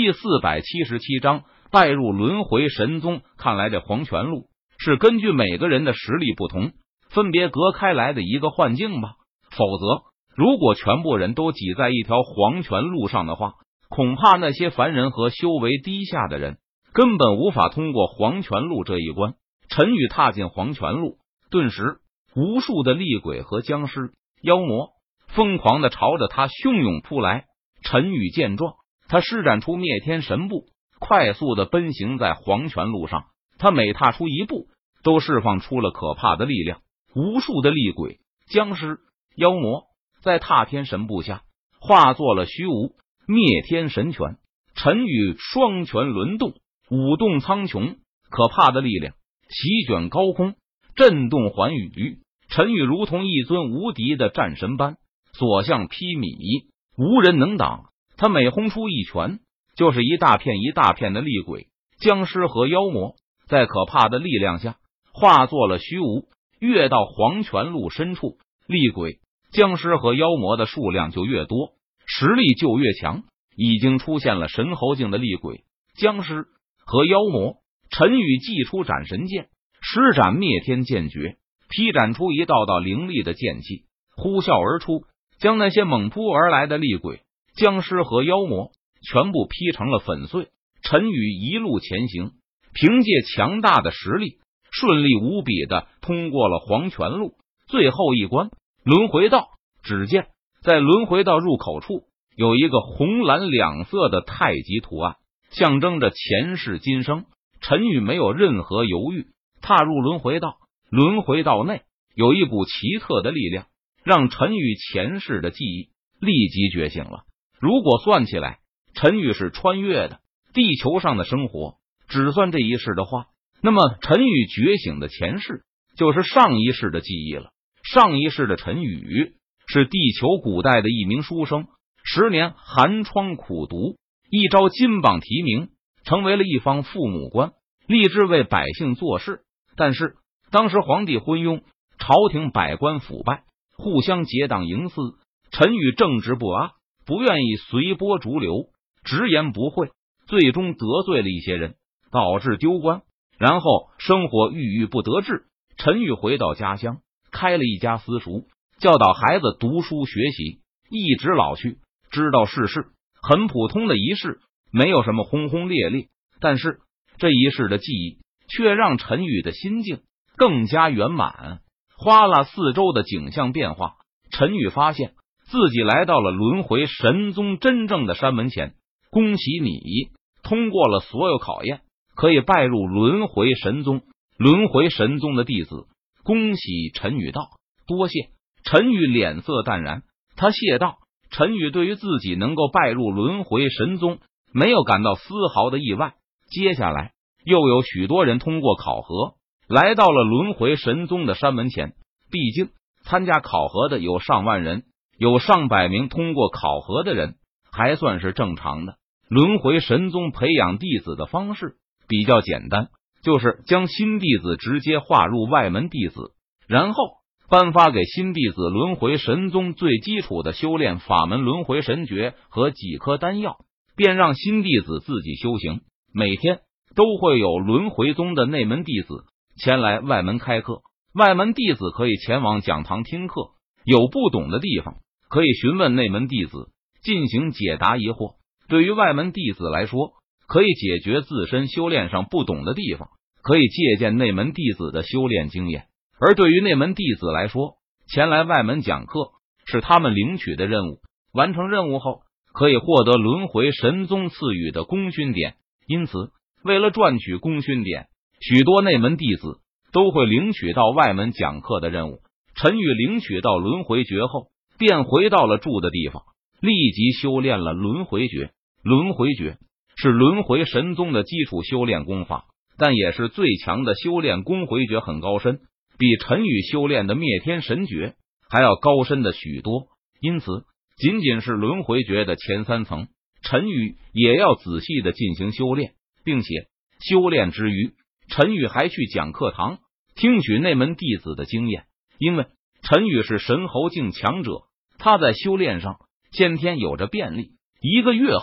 第477章拜入轮回神宗。看来这黄泉路是根据每个人的实力不同分别隔开来的一个幻境吧，否则如果全部人都挤在一条黄泉路上的话，恐怕那些凡人和修为低下的人根本无法通过黄泉路这一关。陈宇踏进黄泉路，顿时无数的厉鬼和僵尸、妖魔疯狂地朝着他汹涌扑来。陈宇见状，他施展出灭天神步，快速地奔行在黄泉路上。他每踏出一步，都释放出了可怕的力量。无数的厉鬼、僵尸、妖魔在踏天神步下化作了虚无。灭天神拳，陈宇双拳轮动，舞动苍穹，可怕的力量席卷高空，震动寰宇。陈宇如同一尊无敌的战神般所向披靡，无人能挡。他每轰出一拳，就是一大片一大片的厉鬼、僵尸和妖魔，在可怕的力量下化作了虚无。越到黄泉路深处，厉鬼、僵尸和妖魔的数量就越多，实力就越强。已经出现了神侯境的厉鬼、僵尸和妖魔。陈宇祭出斩神剑，施展灭天剑诀，劈斩出一道道凌厉的剑气，呼啸而出，将那些猛扑而来的厉鬼、僵尸和妖魔全部劈成了粉碎。陈宇一路前行，凭借强大的实力，顺利无比的通过了黄泉路最后一关轮回道。只见在轮回道入口处有一个红蓝两色的太极图案，象征着前世今生。陈宇没有任何犹豫，踏入轮回道。轮回道内有一股奇特的力量，让陈宇前世的记忆立即觉醒了。如果算起来，陈宇是穿越的，地球上的生活只算这一世的话，那么陈宇觉醒的前世就是上一世的记忆了。上一世的陈宇是地球古代的一名书生，10年寒窗苦读，一朝金榜题名，成为了一方父母官，立志为百姓做事。但是当时皇帝昏庸，朝廷百官腐败，互相结党营私。陈宇正直不阿，不愿意随波逐流，直言不讳，最终得罪了一些人，导致丢官，然后生活郁郁不得志。陈宇回到家乡，开了一家私塾，教导孩子读书学习，一直老去。知道世事很普通的一世，没有什么轰轰烈烈，但是这一世的记忆却让陈宇的心境更加圆满。花了4周的景象变化，陈宇发现自己来到了轮回神宗真正的山门前。恭喜你通过了所有考验，可以拜入轮回神宗。轮回神宗的弟子恭喜陈宇道：多谢。陈宇脸色淡然，他谢道。陈宇对于自己能够拜入轮回神宗没有感到丝毫的意外。接下来又有许多人通过考核来到了轮回神宗的山门前，毕竟参加考核的有上万人，有上百名通过考核的人还算是正常的。轮回神宗培养弟子的方式比较简单，就是将新弟子直接划入外门弟子，然后颁发给新弟子轮回神宗最基础的修炼法门轮回神诀和几颗丹药，便让新弟子自己修行。每天都会有轮回宗的内门弟子前来外门开课，外门弟子可以前往讲堂听课，有不懂的地方可以询问内门弟子进行解答疑惑。对于外门弟子来说，可以解决自身修炼上不懂的地方，可以借鉴内门弟子的修炼经验。而对于内门弟子来说，前来外门讲课是他们领取的任务，完成任务后可以获得轮回神宗赐予的功勋点。因此为了赚取功勋点，许多内门弟子都会领取到外门讲课的任务。陈宇领取到轮回诀后，便回到了住的地方，立即修炼了轮回诀。轮回诀是轮回神宗的基础修炼功法，但也是最强的修炼功。回诀很高深，比陈宇修炼的灭天神诀还要高深的许多，因此仅仅是轮回诀的前3层，陈宇也要仔细的进行修炼，并且修炼之余，陈宇还去讲课堂听取内门弟子的经验。因为陈宇是神侯境强者，他在修炼上先天有着便利。1个月后，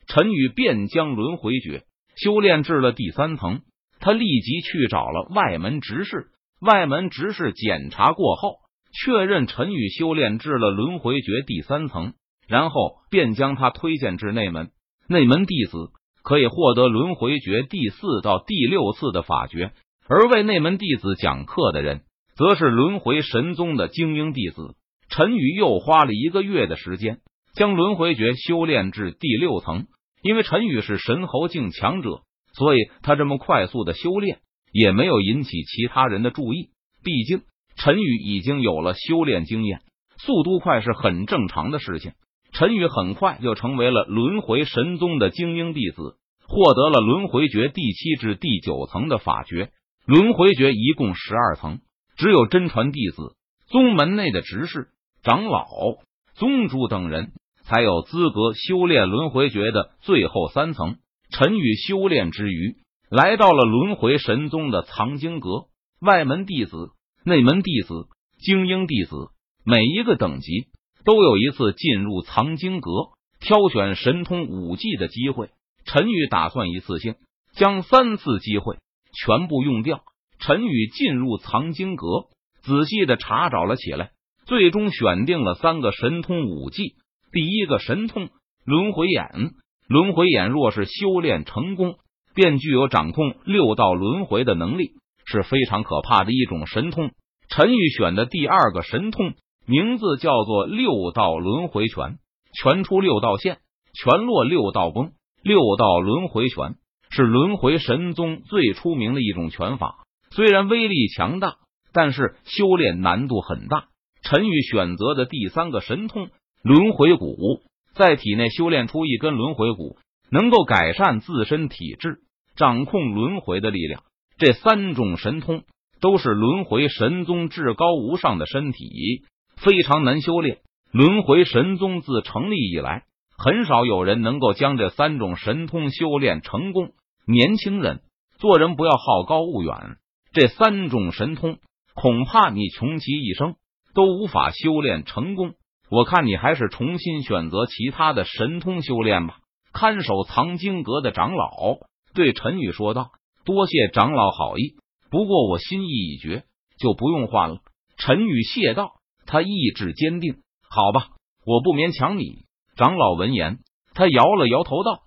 陈宇便将轮回诀修炼至了第3层。他立即去找了外门执事，外门执事检查过后，确认陈宇修炼至了轮回诀第3层，然后便将他推荐至内门。内门弟子可以获得轮回诀第4到第6次的法诀，而为内门弟子讲课的人则是轮回神宗的精英弟子。陈宇又花了1个月的时间将轮回诀修炼至第6层。因为陈宇是神侯境强者，所以他这么快速的修炼也没有引起其他人的注意。毕竟陈宇已经有了修炼经验，速度快是很正常的事情。陈宇很快就成为了轮回神宗的精英弟子，获得了轮回诀第7至第9层的法诀。轮回诀一共12层，只有真传弟子、宗门内的执事、长老、宗主等人才有资格修炼轮回诀的最后3层。陈宇修炼之余，来到了轮回神宗的藏经阁。外门弟子、内门弟子、精英弟子，每一个等级都有一次进入藏经阁挑选神通武技的机会。陈宇打算一次性将3次机会全部用掉。陈宇进入藏经阁，仔细的查找了起来，最终选定了3个神通武技。第一个神通轮回眼，轮回眼若是修炼成功，便具有掌控6道轮回的能力，是非常可怕的一种神通。陈宇选的第2个神通名字叫做6道轮回拳，拳出6道线，拳落6道崩。6道轮回拳是轮回神宗最出名的一种拳法，虽然威力强大，但是修炼难度很大。陈宇选择的第3个神通轮回骨，在体内修炼出一根轮回骨，能够改善自身体质，掌控轮回的力量。这3种神通都是轮回神宗至高无上的身体，非常难修炼。轮回神宗自成立以来，很少有人能够将这3种神通修炼成功。年轻人做人不要好高骛远，这3种神通恐怕你穷其一生都无法修炼成功。我看你还是重新选择其他的神通修炼吧。看守藏经阁的长老对陈宇说道：多谢长老好意，不过我心意已决，就不用换了。陈宇谢道，他意志坚定。好吧，我不勉强你。长老闻言，他摇了摇头道：